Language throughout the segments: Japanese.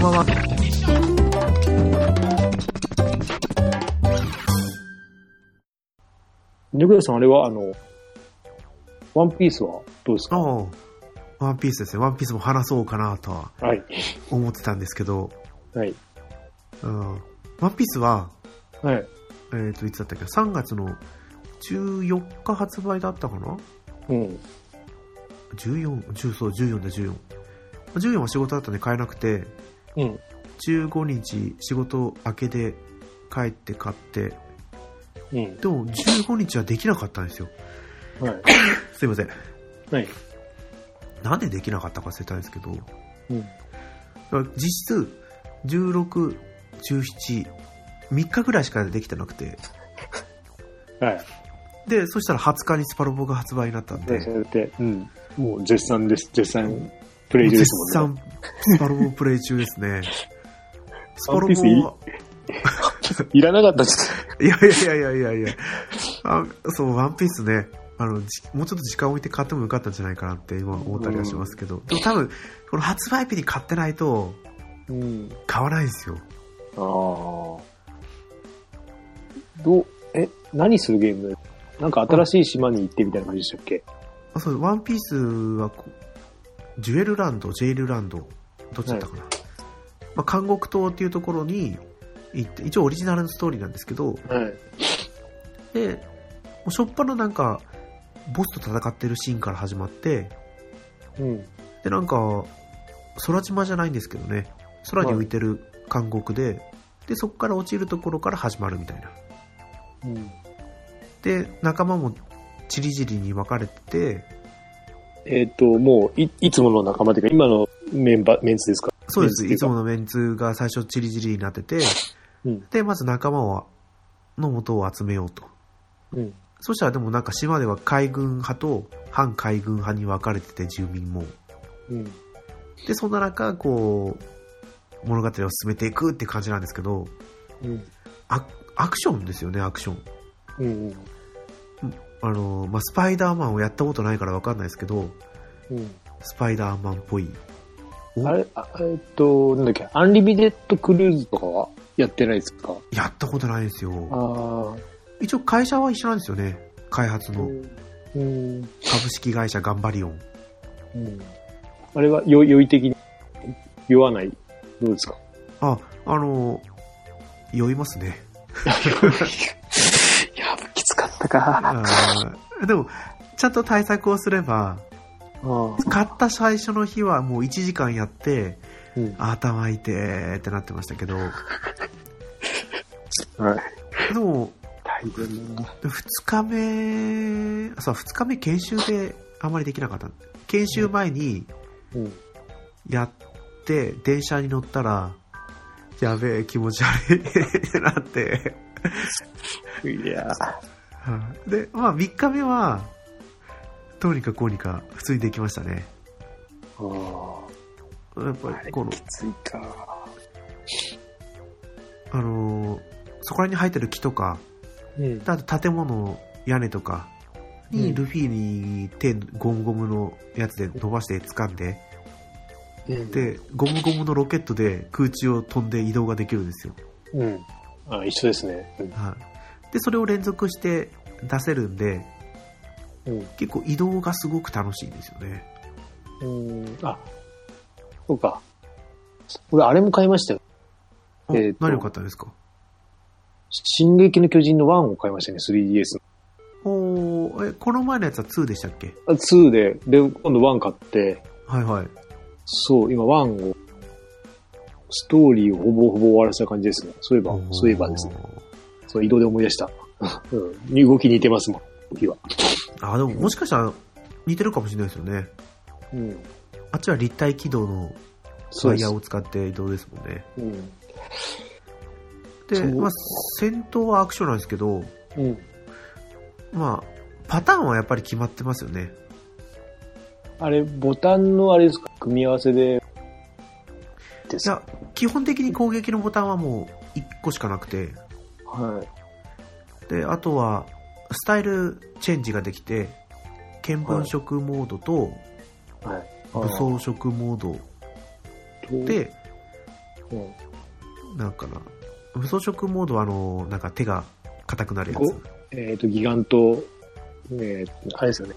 ばんは。 猫屋さん、あれはワンピースはどうですか？ ワンピースですね。ワンピースも話そうかなとは思ってたんですけど、 はい。 ワンピースは、 はい。 いつだったっけ、3月の14日発売だったかな。 うん。 14で14。14は仕事だったんで買えなくて、 うん。 15日仕事明けで帰って買って、 うん。 でも15日はできなかったんですよ。 はい。 すいません。 はい。 なんでできなかったか忘れたんですけど、 うん。 実質16、17、3日ぐらいしかできてなくて、 はい。 で、そしたら20日にスパロボが発売になったんで、 うん。もう絶賛です。絶賛プレイ中ですもんね。 絶賛スパロボプレイ中ですね。スパロボはいらなかったです。 いや。そう、ワンピースね。もうちょっと時間を置いて買ってもよかったんじゃないかなって今思ったりはしますけど、でも多分この発売日に買ってないと買わないんですよ。 何するゲーム？なんか新しい島に行ってみたいな感じでしたっけ？ そう、ワンピースはジュエルランド、ジェイルランド、どっちだったかな、監獄島っていうところに行って、一応オリジナルのストーリーなんですけど、で、もうしょっぱななんかボスと戦ってるシーンから始まって、でなんか空島じゃないんですけどね、空に浮いてる監獄で、でそこから落ちるところから始まるみたいな。で仲間もちりぢりに分かれてて、 もう いつもの仲間というか今のメンツですか？ そうです。いつものメンツが最初ちりぢりになってて、でまず仲間の元を集めようと。そしたらでもなんか島では海軍派と反海軍派に分かれてて、住民も。でそんな中こう物語を進めていくって感じなんですけど、アクションですよね、アクション。スパイダーマンをやったことないから分かんないですけど、スパイダーマンっぽい。 なんだっけ、アンリミテッドクルーズとかはやってないですか？ やったことないんですよ。一応会社は一緒なんですよね、開発の。株式会社ガンバリオン。あれは酔い的に酔わない？どうですか？ 酔いますね。 いや、きつかったか。 でもちゃんと対策をすれば、買った最初の日はもう1時間やって、頭痛いってなってましたけど、でも大変だな。 2日目研修であまりできなかった。研修前にやって電車に乗ったら、やべえ気持ち悪いってなっていやで、3日目はどうにかこうにか普通にできましたね。やっぱりこのきついか。 そこらに生えてる木とか、あと建物、屋根とかにルフィにゴムゴムのやつで伸ばして掴んで、でゴムゴムのロケットで空中を飛んで移動ができるんですよ。 一緒ですね。 でそれを連続して出せるんで、結構移動がすごく楽しいんですよね。 そうか。俺あれも買いましたよ。 何を買ったんですか？ 進撃の巨人の1を買いましたね、3DS。 この前のやつは2でしたっけ ？2で、今度1買って、そう、今1を、ストーリーをほぼほぼ終わらせた感じですね。そういえばですね。そう移動で思い出した。動き似てますもん、動きは。 でももしかしたら似てるかもしれないですよね。あっちは立体軌道のワイヤーを使って移動ですもんね。で、戦闘はアクションなんですけど、パターンはやっぱり決まってますよね。 あれ、ボタンのあれですか、組み合わせでいや、基本的に攻撃のボタンはもう1個しかなくて、で、あとはスタイルチェンジができて、見聞色モードと武装色モードでなんかな、武装色モードはなんか手が硬くなるやつ。ギガント、あれですよね。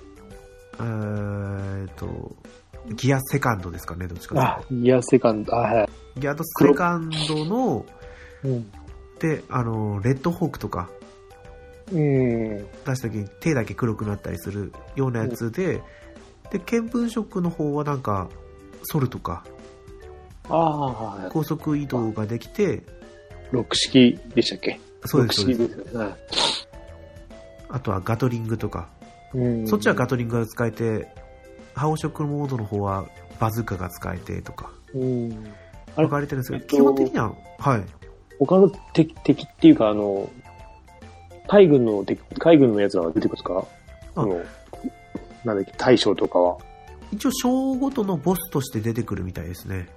ギアセカンドですかね、どっちか。 あ、ギアセカンド、はい。 ギアセカンドの、で、レッドホークとか、出した時に手だけ黒くなったりするようなやつで、で、見聞色の方はなんか、ソルとか、高速移動ができて、 ロック式でしたっけ？ そうです。 ロック式ですね。 あとはガトリングとか、そっちはガトリングが使えて、覇王色モードの方はバズーカが使えてとか、分かれてるんですけど、基本的には、はい。 他の敵っていうか、海軍のやつは出てくるんですか？なんだっけ、大将とかは。 一応、章ごとのボスとして出てくるみたいですね。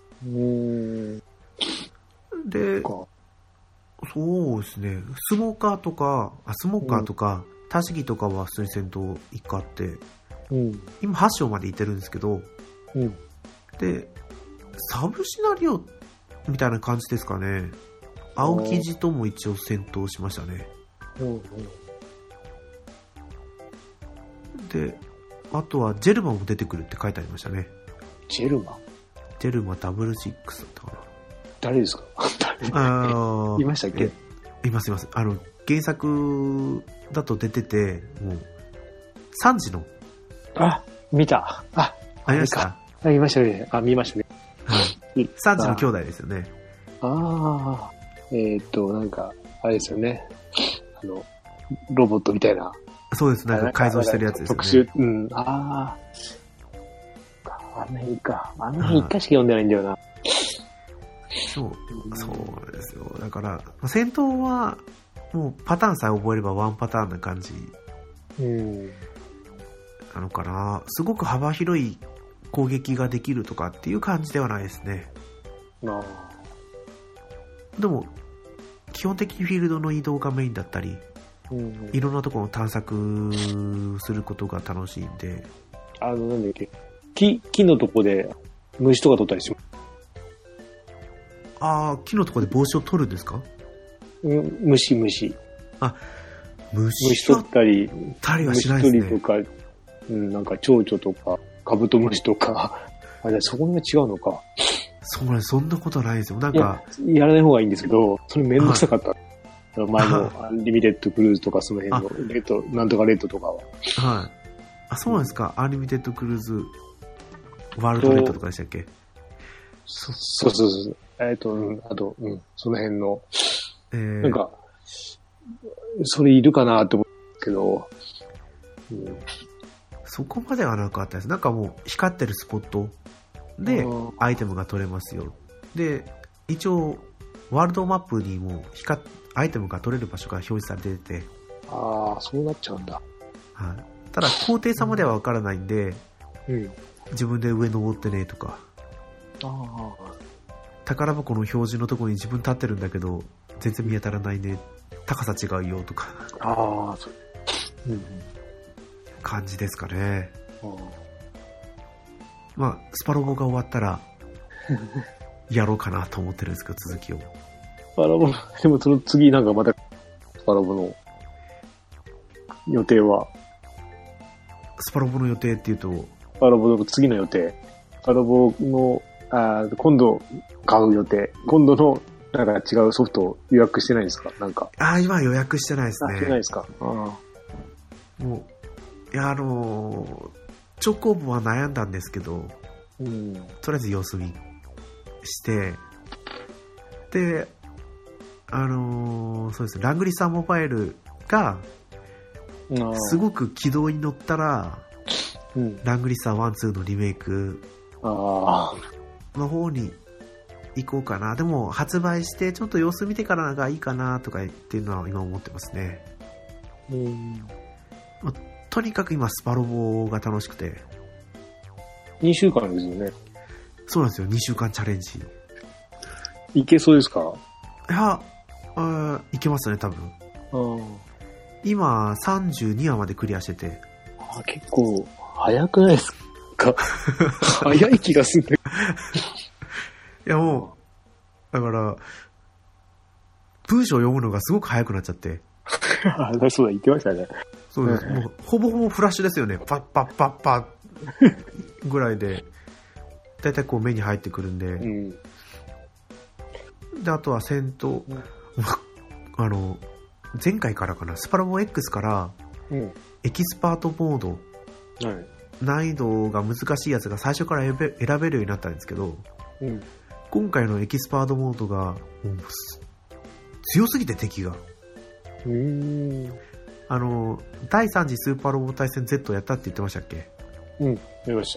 で、そうですね、スモーカーとか、タシギとかは普通に戦闘1個あって、今8章までいってるんですけど、で、サブシナリオみたいな感じですかね。青生地とも一応戦闘しましたね。で、あとはジェルマも出てくるって書いてありましたね。 ジェルマ 6だったかな。 誰ですか？いましたっけ？ います。原作だと出てて、もう、3時の。 見た。 ありました？ 見ましたね。見ましたね。 3時の兄弟ですよね。 なんか、あれですよね。ロボットみたいな。 そうです。なんか改造してるやつですよね。 特殊。あの辺か。あの辺一回しか読んでないんだよな。 そうですよ。だから、戦闘は、もうパターンさえ覚えればワンパターンな感じ。なのかな。すごく幅広い攻撃ができるとかっていう感じではないですね。でも、基本的にフィールドの移動がメインだったり、いろんなところを探索することが楽しいんで。 なんだっけ。木のとこで虫とか取ったりします。 木のとこで帽子を取るんですか？ 虫。 虫取ったりはしないですね。 虫取りとか、なんか蝶々とか、カブトムシとか、そこが違うのか。 そんなことはないですよ。なんか。 やらない方がいいんですけど、それめんどくさかった。前のアンリミテッドクルーズとかその辺のレッド、なんとかレッドとかは。 はい。そうなんですか。アンリミテッドクルーズ、ワールドレッドとかでしたっけ？ そう。あと、その辺の、なんか、それいるかなって思うけど、 そこまではなかったです。なんかもう光ってるスポットでアイテムが取れますよ。で、一応ワールドマップにもアイテムが取れる場所が表示されてて。 そうなっちゃうんだ。 はい。ただ高低差まではわからないんで、自分で上登ってねとか。宝箱の表示のところに自分立ってるんだけど全然見当たらないね、高さ違うよとか。感じですかね。スパロボが終わったらやろうかなと思ってるんですけど、続きを。 スパロボ、でもその次なんかまたスパロボの予定は？ スパロボの予定っていうと、 スパロボの次の予定、スパロボの今度買う予定。今度のなんか違うソフトを予約してないんですか？なんか。 今予約してないですね。 してないですか？ もう、いや、チョコボは悩んだんですけど、とりあえず様子見して、で、そうです。ラングリサーモバイルが、すごく軌道に乗ったら、ラングリサー1、2のリメイクの方に行こうかな。でも発売してちょっと様子見てからがいいかなとかっていうのは今思ってますね。とにかく今スパロボが楽しくて。 2週間ですよね。 そうなんですよ。2週間チャレンジ。 いけそうですか？ いや、いけますね多分。今32話までクリアしてて。 結構早くないですか？早い気がする。 いやもだから、文章を読むのがすごく早くなっちゃって。 そうだ、言ってましたね。 そうです。もう、ほぼほぼフラッシュですよね。パッパッパッパッぐらいで、だいたいこう目に入ってくるんで。うん、で、あとは戦闘、前回からかな、スパロボ X から、エキスパートモード、難易度が難しいやつが最初から選べるようになったんですけど、今回のエキスパートモードが、もう強すぎて敵が。第3次スーパーロボ対戦 Z やったって言ってましたっけ？ うん、やりました。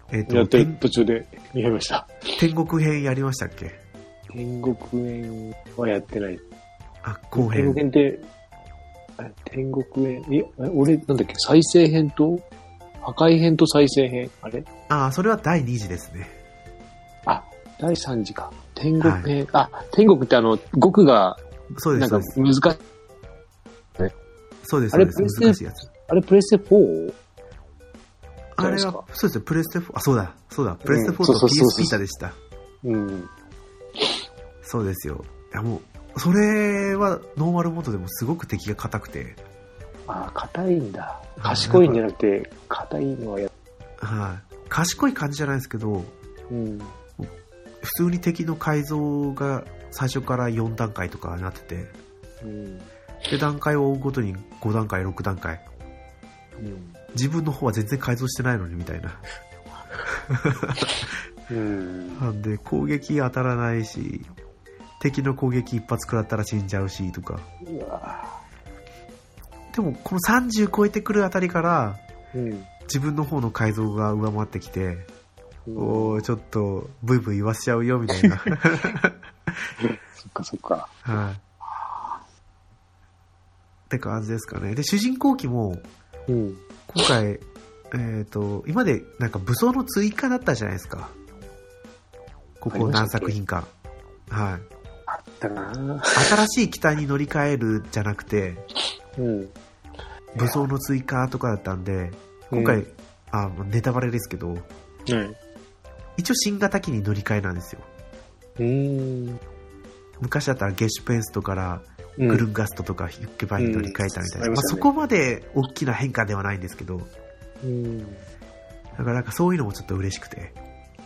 やってる途中でやりました。 天国編やりましたっけ？ 天国編はやってない。 後編。 天国編って、天国編、俺、なんだっけ、再生編と、破壊編と再生編、あれ？ それは第2次ですね。 第3次か。天国編、天国って極が、 そうです。 なんか難しい。 そうです、そうです。難しいやつ。 あれ、プレステ 4？ あれは、そうですよ、プレステ4。そうだ、プレステ4と PS ビータでした。そうですよ。いや、もう、それはノーマルモードでもすごく敵が硬くて。 硬いんだ。賢いんじゃなくて、硬いのは賢い感じじゃないですけど、普通に敵の改造が最初から4段階とかになってて、で、段階を追うごとに5段階、6段階。自分の方は全然改造してないのにみたいな。なんで、攻撃当たらないし、敵の攻撃一発食らったら死んじゃうし、とか。でも、この30超えてくるあたりから、自分の方の改造が上回ってきて、ちょっと、ブイブイ言わせちゃうよ、みたいな。 そっか。 って感じですかね。で、主人公機も、今回、今までなんか武装の追加だったじゃないですか。ここ何作品か。あったな。新しい機体に乗り換えるじゃなくて、武装の追加とかだったんで、今回、ネタバレですけど、一応新型機に乗り換えなんですよ。昔だったらゲシュペンストからグルンガストとかユッケバイに乗り換えたみたいな。そこまで大きな変化ではないんですけど、だからなんかそういうのもちょっと嬉しくて。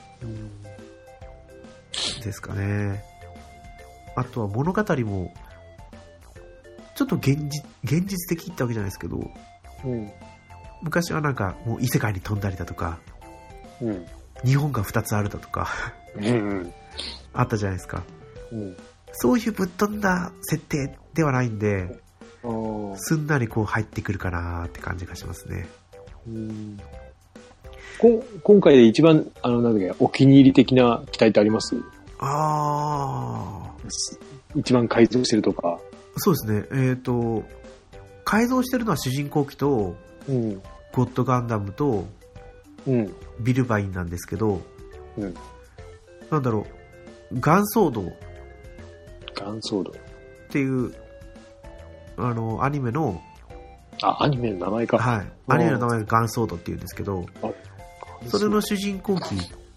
ですかね。あとは物語も、ちょっと現実的ってわけじゃないですけど、昔はなんかもう異世界に飛んだりだとか、日本が2つあるだとか、あったじゃないですか。そういうぶっ飛んだ設定ではないんで、すんなりこう入ってくるかなーって感じがしますね。 今回で一番、なんだっけ、お気に入り的な機体ってあります？一番改造してるとか。 そうですね。改造してるのは主人公機と、ゴッドガンダムと、ビルバインなんですけど、なんだろう、ガンソードっていうアニメのアニメの名前か。 アニメの名前がガンソードっていうんですけど、それの主人公機、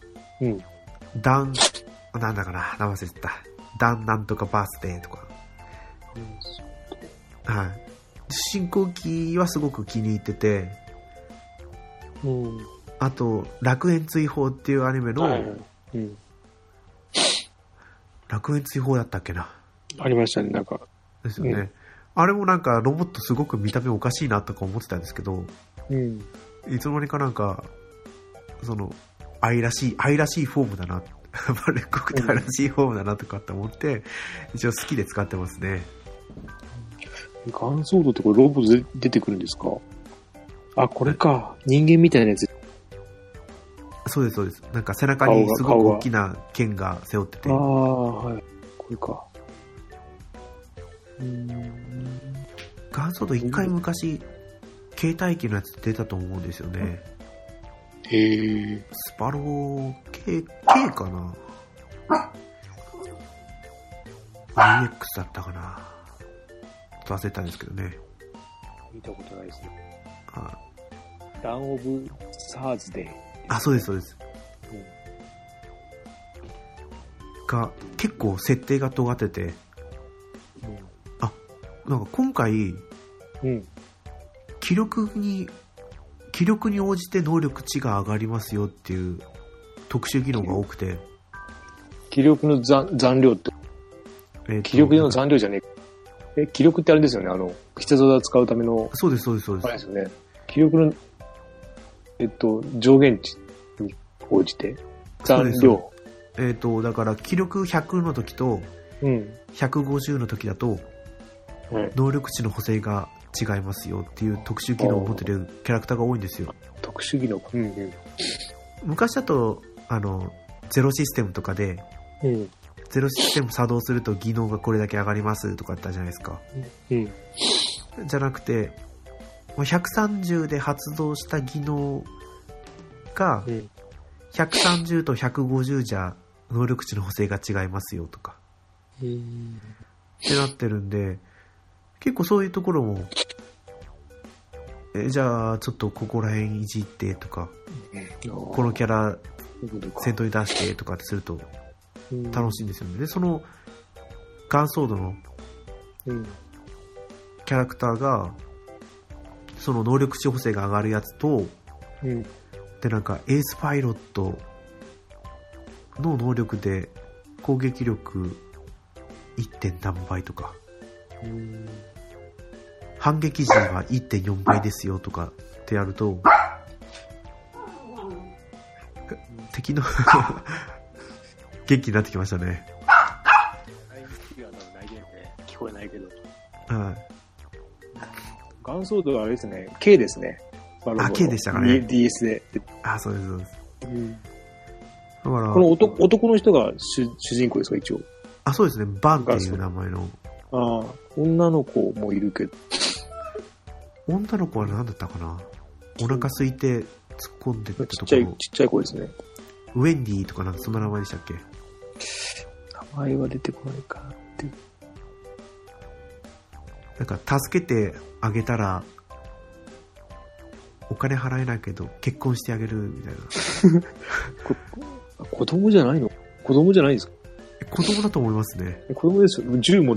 なんだかな、名前忘れてた。ダンなんとかバースデーとか。主人公機はすごく気に入ってて、あと、楽園追放っていうアニメの、楽園追放だったっけな。 ありましたね、なんか。 ですよね。あれもなんかロボットすごく見た目おかしいなとか思ってたんですけど、いつの間にかなんか、愛らしいフォームだな。レッコクターらしいフォームだなとかって思って、一応好きで使ってますね。 ガンソードってこれロボ出てくるんですか？これか。人間みたいなやつ。 そうです、そうです。なんか背中にすごく大きな剣が背負ってて。 はい。これか。 ガンソード一回昔、携帯機のやつ出たと思うんですよね。スパロー K かな ?EX だったかな、ちょっと忘れたんですけどね。 見たことないですね。ダン・オブ・サーズデー。 そうです、そうです。 が結構設定が尖ってて、なんか今回、気力に応じて能力値が上がりますよっていう特殊技能が多くて。 気力の残量って、気力の残量じゃねえ。気力ってあれですよね、必殺技使うための。 そうです、そうです、そうです。 あれですよね。気力の、上限値に応じて、残量。 だから気力100の時と、150の時だと、能力値の補正が違いますよっていう特殊技能を持ってるキャラクターが多いんですよ。 特殊技能か。 昔だと、ゼロシステムとかで、ゼロシステム作動すると技能がこれだけ上がりますとかあったじゃないですか。じゃなくて、130で発動した技能が、130と150じゃ能力値の補正が違いますよとか。ってなってるんで、結構そういうところも、じゃあちょっとここら辺いじってとか、このキャラ戦闘に出してとかってすると楽しいんですよね。で、そのガンソードのキャラクターが、その能力値補正が上がるやつと、でなんかエースパイロットの能力で攻撃力 1. 何倍とか、反撃時は 1.4 倍ですよとかってやると、敵の元気になってきましたね。 聞こえないけど。 はい。 ガンソードはあれですね、K ですね。 K でしたかね。 DS で。 そうです、そうです。だから、この男の人が主人公ですか、一応。 そうですね、バンっていう名前の。 女の子もいるけど。 女の子は何だったかな。お腹空いて突っ込んでったところ。 ちっちゃい子ですね。 ウェンディとかなんかそんな名前でしたっけ。 名前は出てこないかなって。 なんか助けてあげたらお金払えないけど結婚してあげるみたいな。子供じゃないの？子供じゃないですか？ 子供だと思いますね。 子供ですよ。銃持って。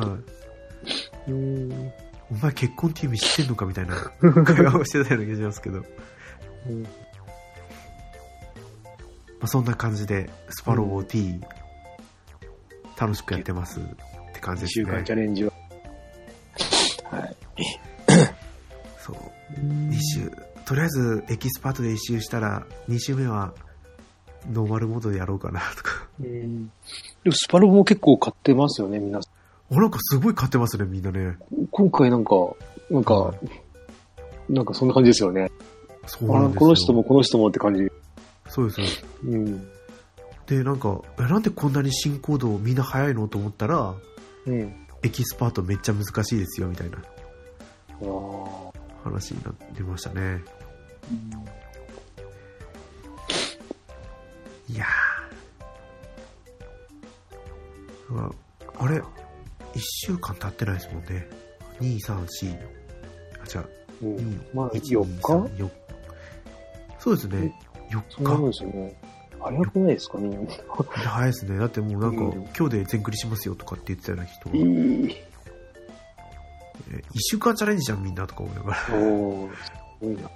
お前結婚って意味知ってんのかみたいな会話をしてたような気がしますけど。そんな感じでスパロボ T、楽しくやってますって感じですね。 2週間チャレンジは。はい。 そう。2週。とりあえずエキスパートで1周したら、2週目はノーマルモードでやろうかなとか。 でもスパロボも結構買ってますよね、みんな。 なんかすごい買ってますね、みんなね。 今回なんかそんな感じですよね。 そうなんですよ。 この人もこの人もって感じ。 そうです。で、なんか、なんでこんなに進行度みんな早いのと思ったら、エキスパートめっちゃ難しいですよ、みたいな話になりましたね。いやー。あれ ?1 週間経ってないですもんね。2、3、4。じゃあ、 4日そうですね。4日。 そうですよね。早くないですかね。 早いですね。だってもうなんか、今日で全クリしますよとかって言ってたような人が。1週間チャレンジじゃんみんなとか思いながら。 すごいな。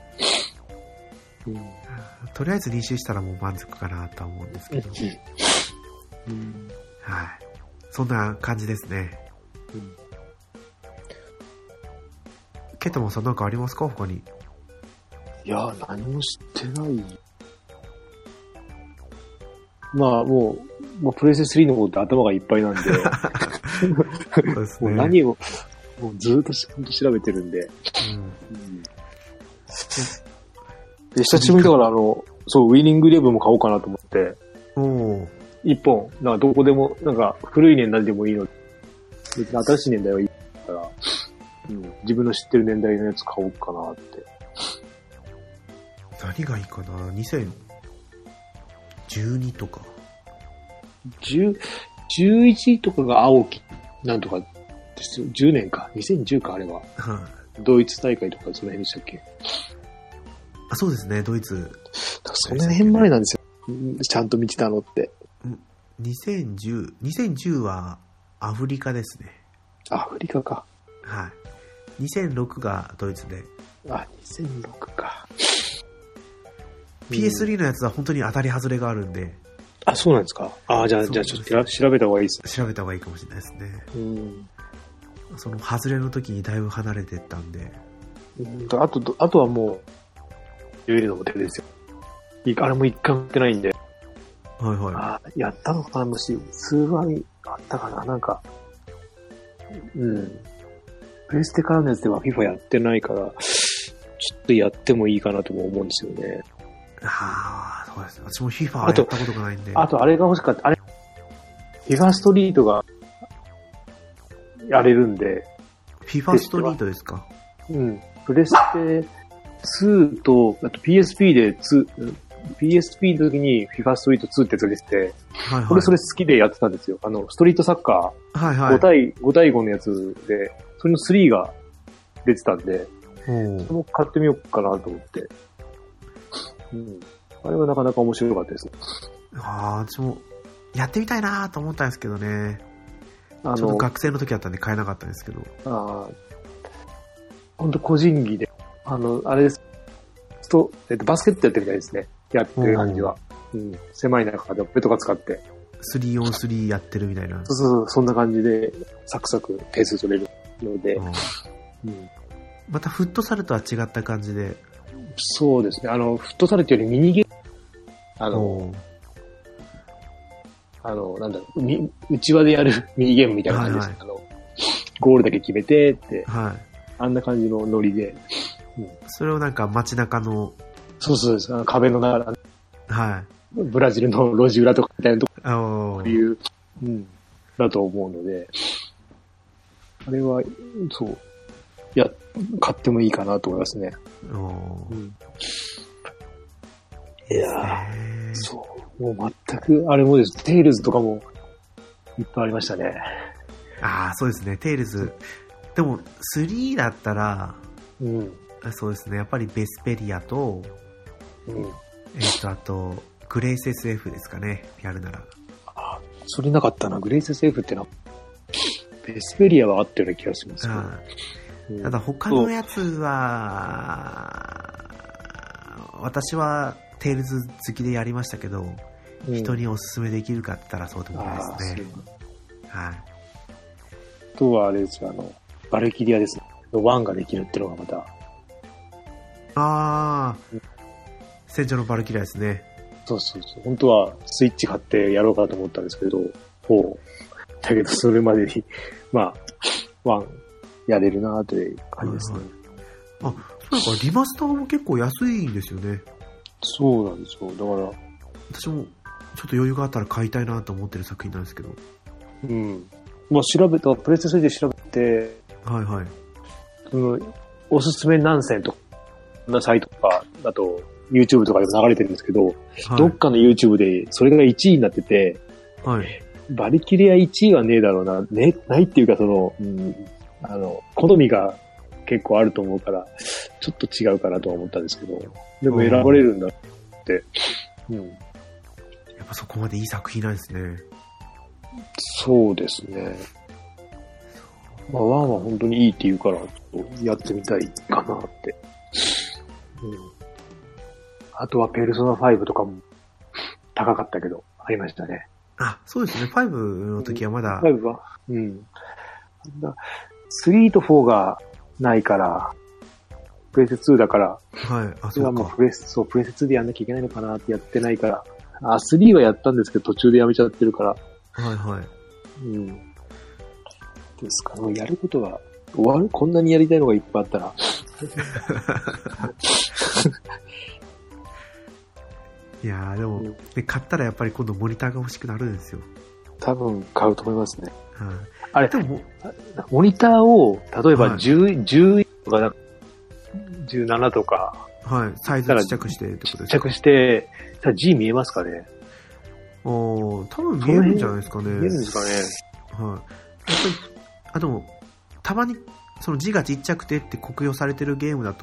とりあえず2周したらもう満足かなとは思うんですけど。はい。そんな感じですね。ケタモンさんなんかありますか他に。 いや、何もしてない。もうプレステ3の方って頭がいっぱいなんで。 そうですね。 もう何を、もうずっと調べてるんで。で、久しぶりだからウィニングイレブンも買おうかなと思って。一本、なんかどこでも、なんか古い年代でもいいので、別に新しい年代はいいから、自分の知ってる年代のやつ買おうかなって。 何がいいかな ?2012 とか。 11とかが青木、なんとかですよ。10年か。2010か、あれは。ドイツ大会とかその辺でしたっけ？ そうですね、ドイツ。 その辺前なんですよ。ちゃんと見てたのって。 2010はアフリカですね。 アフリカか。 はい。2006がドイツで。 あ、2006か。 PS3 のやつは本当に当たり外れがあるんで。 あ、そうなんですか。あ、じゃあちょっと調べた方がいいですね。 調べた方がいいかもしれないですね。その外れの時にだいぶ離れてったんで。 あとはもう、言えるのも手ですよ。あれも一回もやってないんで。 はいはい。 やったのかな、もし、数話あったかな、なんか。プレステからのやつでは FIFA やってないから、ちょっとやってもいいかなとも思うんですよね。 そうです。私も FIFA はやったことがないんで。 あとあれが欲しかった。FIFA ストリートが、やれるんで。 FIFA ストリートですか？ プレステ2と、あと PSP でPSP の時に FIFA ストリート2ってやつが出てて、俺それ好きでやってたんですよ。ストリートサッカー、5対5のやつで、それの3が出てたんで、それも買ってみようかなと思って。あれはなかなか面白かったですね。 私もやってみたいなと思ったんですけどね。ちょっと学生の時だったんで買えなかったんですけど。 本当個人技で、あれです。バスケットやってみたいですね。やってる感じは。狭い中でペトが使って。 3on3 やってるみたいな。 そう、そんな感じで、サクサク点数取れるので。 またフットサルとは違った感じで。 そうですね。フットサルっていうよりミニゲーム。なんだろう、内輪でやるミニゲームみたいな感じです。ゴールだけ決めてって。あんな感じのノリで。 それをなんか街中の。 そうです。壁の中、 はい。 ブラジルの路地裏とかみたいなとこいう、だと思うので、あれは、そう、買ってもいいかなと思いますね。いやー、そう、もう全く、あれもです、テイルズとかもいっぱいありましたね。 そうですね、テイルズ。でも、3だったら、そうですね、やっぱりベスペリアと、あと、グレイス SF ですかね、やるなら。 それなかったな、グレイス SF ってベスペリアはあったような気がしますけど。 ただ他のやつは、私はテイルズ好きでやりましたけど、人におすすめできるかって言ったらそうでもないですね。 あとはあれですよ、バルキリアですね。1ができるっていうのがまた。 戦場のバルキリアですね。 そう。本当はスイッチ買ってやろうかと思ったんですけど、だけどそれまでに、1やれるなという感じですね。 そうか、リマスターも結構安いんですよね。 そうなんですよ。だから。 私もちょっと余裕があったら買いたいなと思ってる作品なんですけど。 プレステ3で調べて、おすすめ何選とか、なサイトとか、だと、YouTube とかでも流れてるんですけど、どっかの YouTube でそれが1位になってて、バリキリア1位はねえだろうな、ないっていうか好みが結構あると思うから、ちょっと違うかなとは思ったんですけど、でも選ばれるんだって、 やっぱそこまでいい作品なんですね。 そうですね。1は本当にいいって言うから、ちょっとやってみたいかなって。あとはペルソナ5とかも高かったけど、ありましたね。 そうですね。5の時はまだ。 5は3と4がないから、プレステ2だから、そうか。プレステ2でやんなきゃいけないのかなってやってないから、3はやったんですけど途中でやめちゃってるから。ですかね。やることが終わる？こんなにやりたいのがいっぱいあったら。 いやでも、買ったらやっぱり今度モニターが欲しくなるんですよ。 多分買うと思いますね。あれ、でもモニターを、例えば11とか、17とか。 サイズちっちゃくしてってことですか？ ちっちゃくして、G 見えますかね？ 多分見えるんじゃないですかね。 見えるんですかね。 やっぱり、でも、たまに、その字がちっちゃくてって酷評されてるゲームだ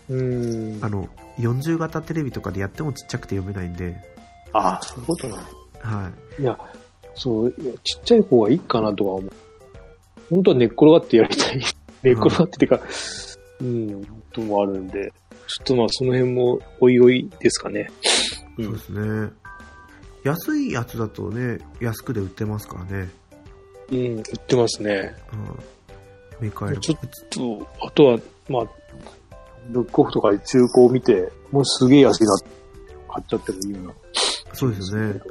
と、40型テレビとかでやってもちっちゃくて読めないんで。 そういうことなの。 はい。 いや、そう、ちっちゃい方がいいかなとは思う。本当は寝っ転がってやりたい。寝っ転がっててか、ともあるんで、ちょっとまあその辺もおいおいですかね。 そうですね。安いやつだとね、安くで売ってますからね。 売ってますね。 メーカーちょっと、あとは、まあ、ブックオフとかで中古を見て、もうすげえ安いなって買っちゃってもいいような。 そうですよね。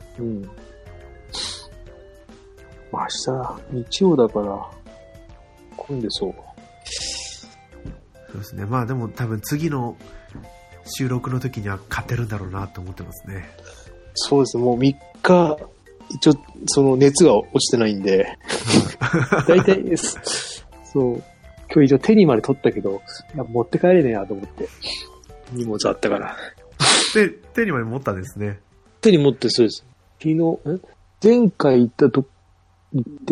まあ明日、日曜だから、混んでそう。 そうですね。まあでも多分次の収録の時には買ってるんだろうなと思ってますね。 そうですね。もう3日、一応、その熱が落ちてないんで、大体、そう、今日一応手にまで取ったけど、いや持って帰れねえなと思って、荷物あったから。 で、手にまで持ったんですね。 手に持ってそうです。昨日、前回行って、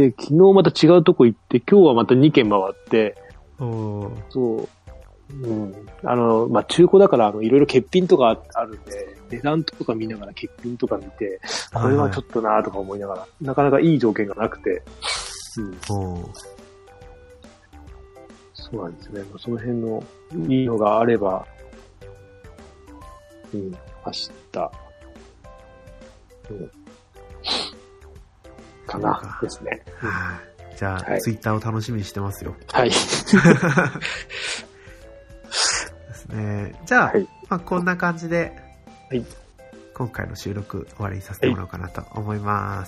昨日また違うとこ行って、今日はまた2軒回って、そう、まあ、中古だから、いろいろ欠品とかあるんで、値段とか見ながら欠品とか見て、これはちょっとなとか思いながら、なかなかいい条件がなくて、そうなんですね。その辺のいいのがあれば、明日、かな、ですね。 じゃあ、ツイッターを楽しみにしてますよ。 はい。 ですね。じゃあ、まあ、こんな感じで、今回の収録終わりにさせてもらおうかなと思います。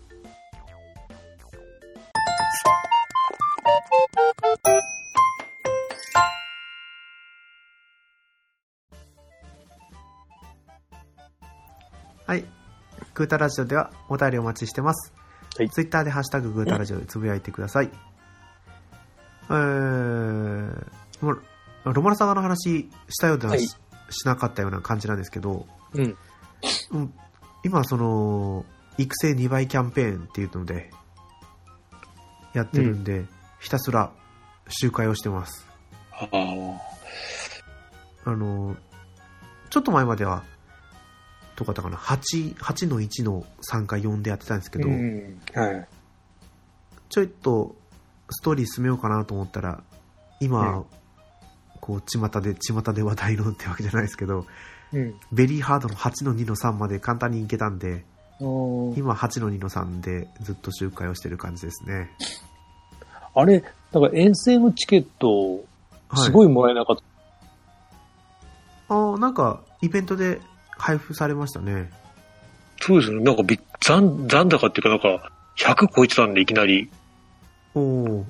はい。グータラジオではお便りお待ちしてます。ツイッターでハッシュタググータラジオでつぶやいてください。ロマノサガの話したようで、しなかったような感じなんですけど、今その育成2倍キャンペーンっていうのでやってるんで、ひたすら周回をしてます。ちょっと前まではどこだったかな、8の1の3か4でやってたんですけど、ちょいとストーリー進めようかなと思ったら、今、こう巷で話題のってわけじゃないですけど、ベリーハードの8の2の3まで簡単にいけたんで、今8の2の3でずっと周回をしてる感じですね。 あれ、なんか遠征のチケットすごいもらえなかった。 なんかイベントで配布されましたね。 そうですね。なんか残高っていうか、なんか100超えてたんでいきなり。そう、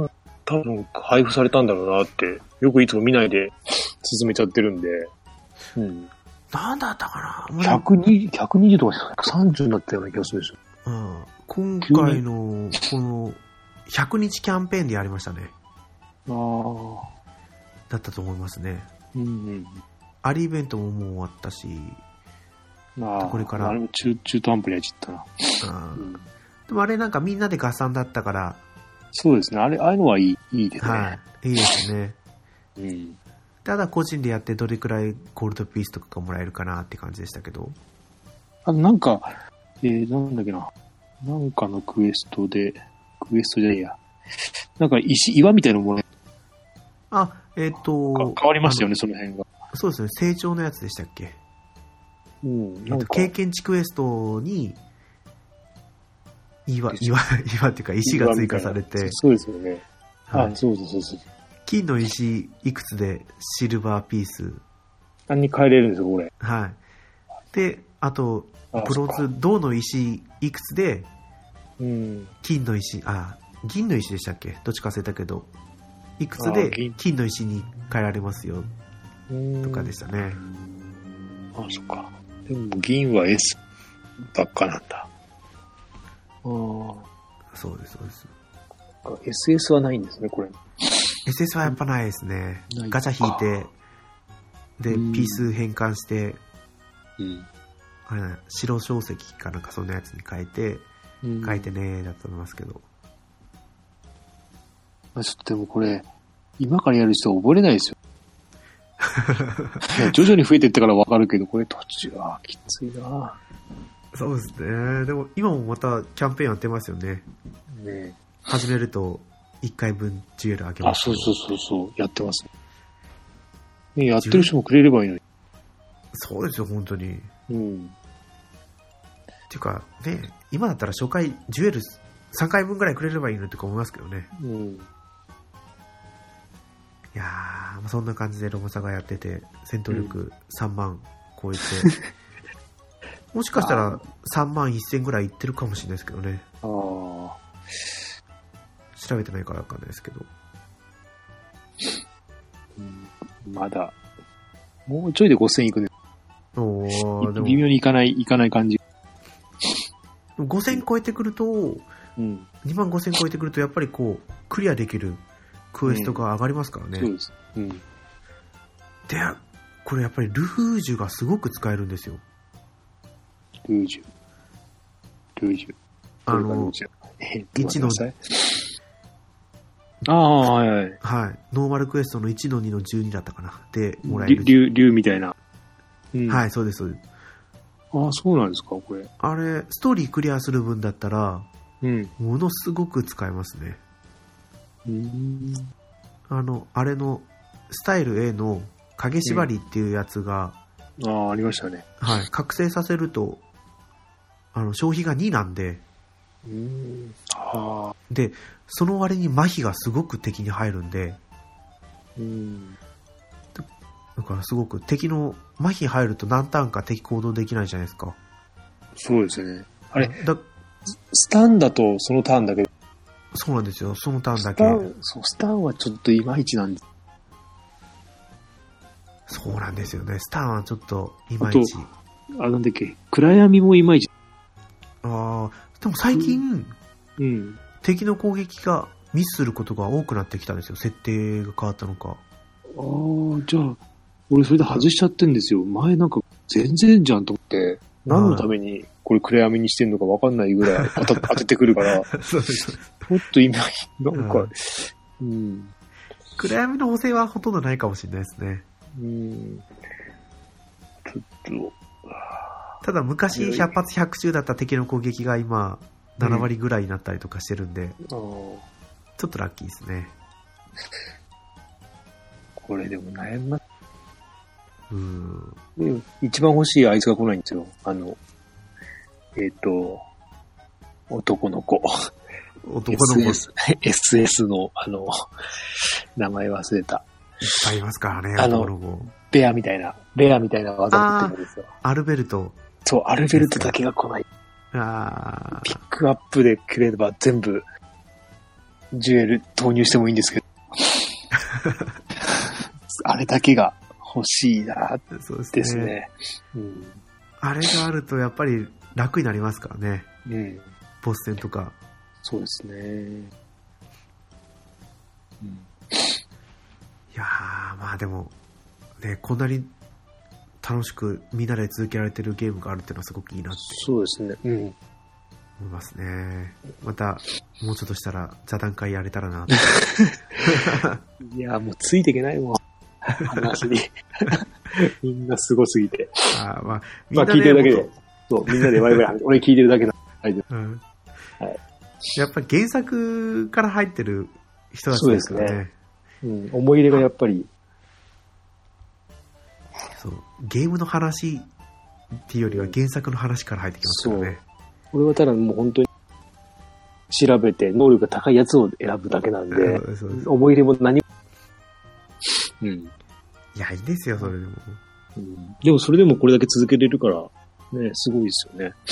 多分配布されたんだろうなって、よくいつも見ないで進めちゃってるんで。 なんだったかな、 120とか130になったような気がするんですよ。 今回のこの100日キャンペーンでやりましたね。だったと思いますね。アリイベントももう終わったし、これから中途半端にやっちゃったな。 でもあれなんかみんなで合算だったから、 そうですね。ああいうのはいいですね。 いいですね。ただ個人でやってどれくらいゴールドピースとかがもらえるかなって感じでしたけど。 なんか、なんだっけな。なんかのクエストじゃねえや。なんか岩みたいなのもらえる。変わりましたよね、その辺が。 そうですね。成長のやつでしたっけ。経験値クエストに、岩っていうか石が追加されて。 そうですよね。そう。 金の石いくつでシルバーピース。 に変えれるんですよ、これ。 で、あと、ブロンズ、銅の石いくつで、金の石、銀の石でしたっけ、どっちか忘れたけど、いくつで金の石に変えられますよ、とかでしたね。 そっか。でも銀は S ばっかなんだ。 そうです。 SS はないんですね、これ。 SS はやっぱないですね。ガチャ引いて、で、ピース変換して、白小石かなんかそんなやつに変えてねだと思いますけど。 ちょっとでもこれ、今からやる人は覚えれないですよ。 徐々に増えていったからわかるけど、これ途中はきついな。 そうですね。でも今もまたキャンペーンやってますよね。 ね、 始めると1回分ジュエルあげます。 そう、やってますね。やってる人もくれればいいのに。 そうですよ、本当に。 うん。 っていうか、ね、今だったら初回ジュエル3回分ぐらいくれればいいのって思いますけどね。 うん。 いやー、そんな感じでロマサがやってて、戦闘力3万超えて、もしかしたら3万1000ぐらいいってるかもしれないですけどね。 ああ。 調べてないからわかんないですけど。 まだ、もうちょいで5000いくね。でも微妙にいかない感じ。 5000超えてくると、2万5000超えてくると、やっぱりこう、クリアできるクエストが上がりますからね。 そうです。 で、これやっぱりルフージュがすごく使えるんですよ。 ルージュ。 1の、 はいはい。 はい。ノーマルクエストの1の2の12だったかな。で、もらえる。 竜みたいな。 はい、そうです、そうです。 ああ、そうなんですか、これ。 あれ、ストーリークリアする分だったら、ものすごく使えますね。あれの、スタイル A の影縛りっていうやつが、 ありましたね。 はい、覚醒させると、消費が2なんで、で、その割に麻痺がすごく敵に入るんで、だからすごく敵の麻痺入ると何ターンか敵行動できないじゃないですか。 そうですね。あれ、スタンだとそのターンだけ。 そうなんですよ、そのターンだけ。 スタンはちょっといまいちなんです。 そうなんですよね、スタンはちょっといまいち。 なんだっけ、暗闇もいまいち。 でも最近、敵の攻撃がミスすることが多くなってきたんですよ、設定が変わったのか。 じゃあ、俺それで外しちゃってんですよ。前なんか全然じゃんと思って、何のためにこれ暗闇にしてんのか分かんないぐらい当ててくるから、ちょっと今、なんか、 暗闇の補正はほとんどないかもしれないですね。 ちょっと、 ただ昔100発100中だった敵の攻撃が今7割ぐらいになったりとかしてるんで、ちょっとラッキーですね。 これでも悩みます。一番欲しいあいつが来ないんですよ。男の子。SS の、名前忘れた。 いっぱいいますからね、男の子。 ベアみたいな技を持ってるんですよ。 アルベルト。 そう、アルベルトだけが来ない。ピックアップでくれれば全部、ジュエル投入してもいいんですけど。あれだけが欲しいなですね。 あれがあるとやっぱり楽になりますからね。ボス戦とか。 そうですね。 いやー、まあでも、ね、こんなに楽しくみんなで続けられてるゲームがあるっていうのはすごくいいなって。 そうですね。思いますね。また、もうちょっとしたら座談会やれたらなって。 いや、もうついていけないもん。話に。みんなすごすぎて。 まあ聞いてるだけで。そう、みんなでワイワイ俺聞いてるだけだ。 やっぱり原作から入ってる人たちですからね。そうですね。思い入れがやっぱり。 そう、ゲームの話っていうよりは原作の話から入ってきますからね。 俺はただもう本当に調べて能力が高いやつを選ぶだけなんで、思い入れも何も。 いや、いいですよ、それでも。 でもそれでもこれだけ続けれるから、ね、すごいですよね。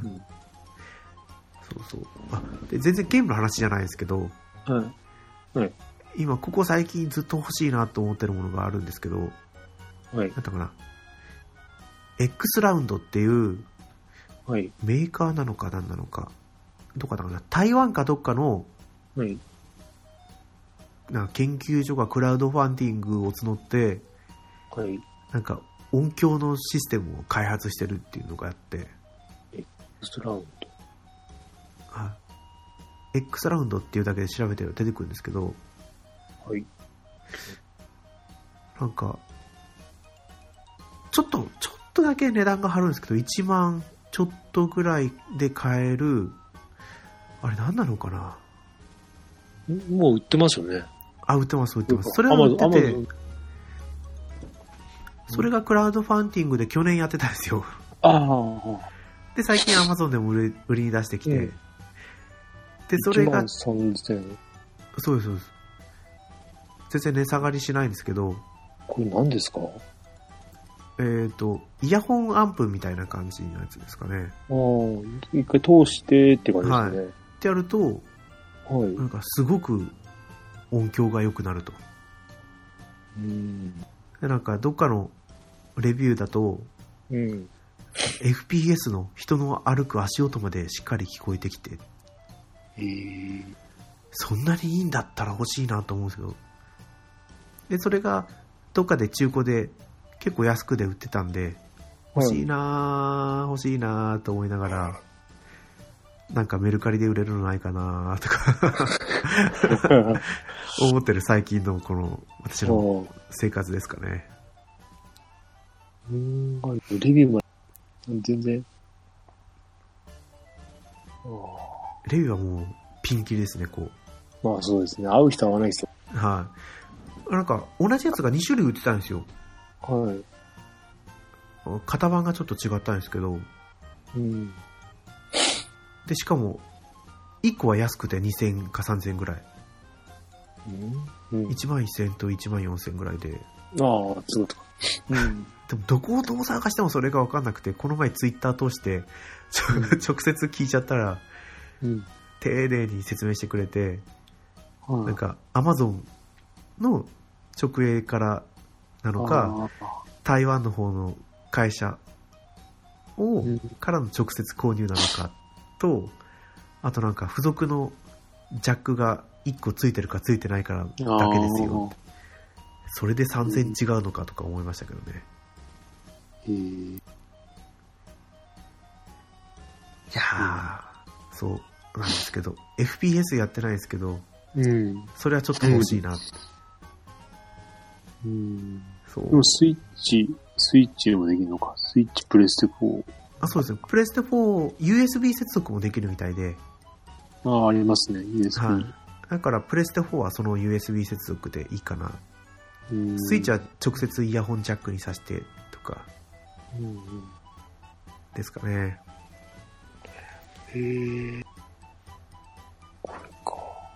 そう。で全然ゲームの話じゃないですけど、今ここ最近ずっと欲しいなと思ってるものがあるんですけど、なんだかな、X ラウンドっていう、メーカーなのか何なのか、どこだかな、台湾かどっかの、なんか研究所がクラウドファンディングを募って、なんか音響のシステムを開発してるっていうのがあって、 X ラウンド、 X ラウンドっていうだけで調べて出てくるんですけど、なんかだけ値段が張るんですけど、1万ちょっとぐらいで買える、あれ何なのかな。 もう売ってますよね。 売ってます。それは売ってて、それがクラウドファンディングで去年やってたんですよ。で、最近 Amazon でも売りに出してきて、で、それが、 そうです、 そうです。全然値下がりしないんですけど、 これ何ですか？ イヤホンアンプみたいな感じのやつですかね。 一回通してって感じですね。はい。 ってやると、なんかすごく音響が良くなると。で、なんかどっかのレビューだと、FPS の人の歩く足音までしっかり聞こえてきて、そんなにいいんだったら欲しいなと思うんですけど、でそれがどっかで中古で結構安くで売ってたんで、欲しいなと思いながら、なんかメルカリで売れるのないかなとか思ってる最近のこの私の生活ですかね。 レビューも全然。 レビューはもうピンキリですね、こう。まあそうですね。合う人は合わないですよ。 はい。なんか同じやつが2種類売ってたんですよ。 はい。 型番がちょっと違ったんですけど。で、しかも、1個は安くて2000か3000ぐらい。1万1000と1万4000ぐらいで。 そういうことか。 でもどこをどう探してもそれが分かんなくて、この前ツイッター通して直接聞いちゃったら、丁寧に説明してくれて、なんか Amazon の直営からなのか、台湾の方の会社からの直接購入なのかと、あとなんか付属のジャックが1個ついてるかついてないからだけですよ。それで3000違うのかとか思いましたけどね。いやー、そうなんですけど、FPS やってないですけど、それはちょっと欲しいな。 そう。でもスイッチでもできるのか。スイッチプレステ4。 そうですね。プレステ4、USB 接続もできるみたいで。 ありますね。USB。 だからプレステ4はその USB 接続でいいかな。スイッチは直接イヤホンジャックに挿してとか。ですかね。 これか。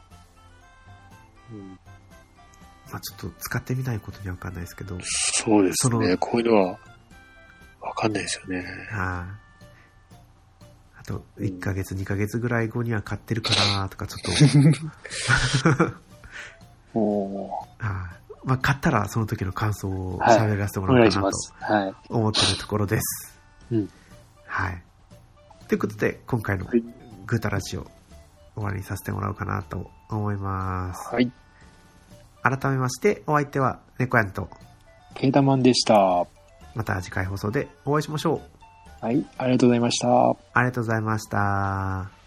まあちょっと使ってみないことには分かんないですけど。 そうですね。こういうのは分かんないですよね。 あと1ヶ月、2ヶ月ぐらい後には買ってるかなとかちょっと。まあ買ったらその時の感想を喋らせてもらおうかなと思ってるところです。はい。ということで今回のグータラジオ終わりにさせてもらおうかなと思います。 はい。 改めましてお相手は猫やんとケータマンでした。 また次回放送でお会いしましょう。 はい、ありがとうございました。 ありがとうございました。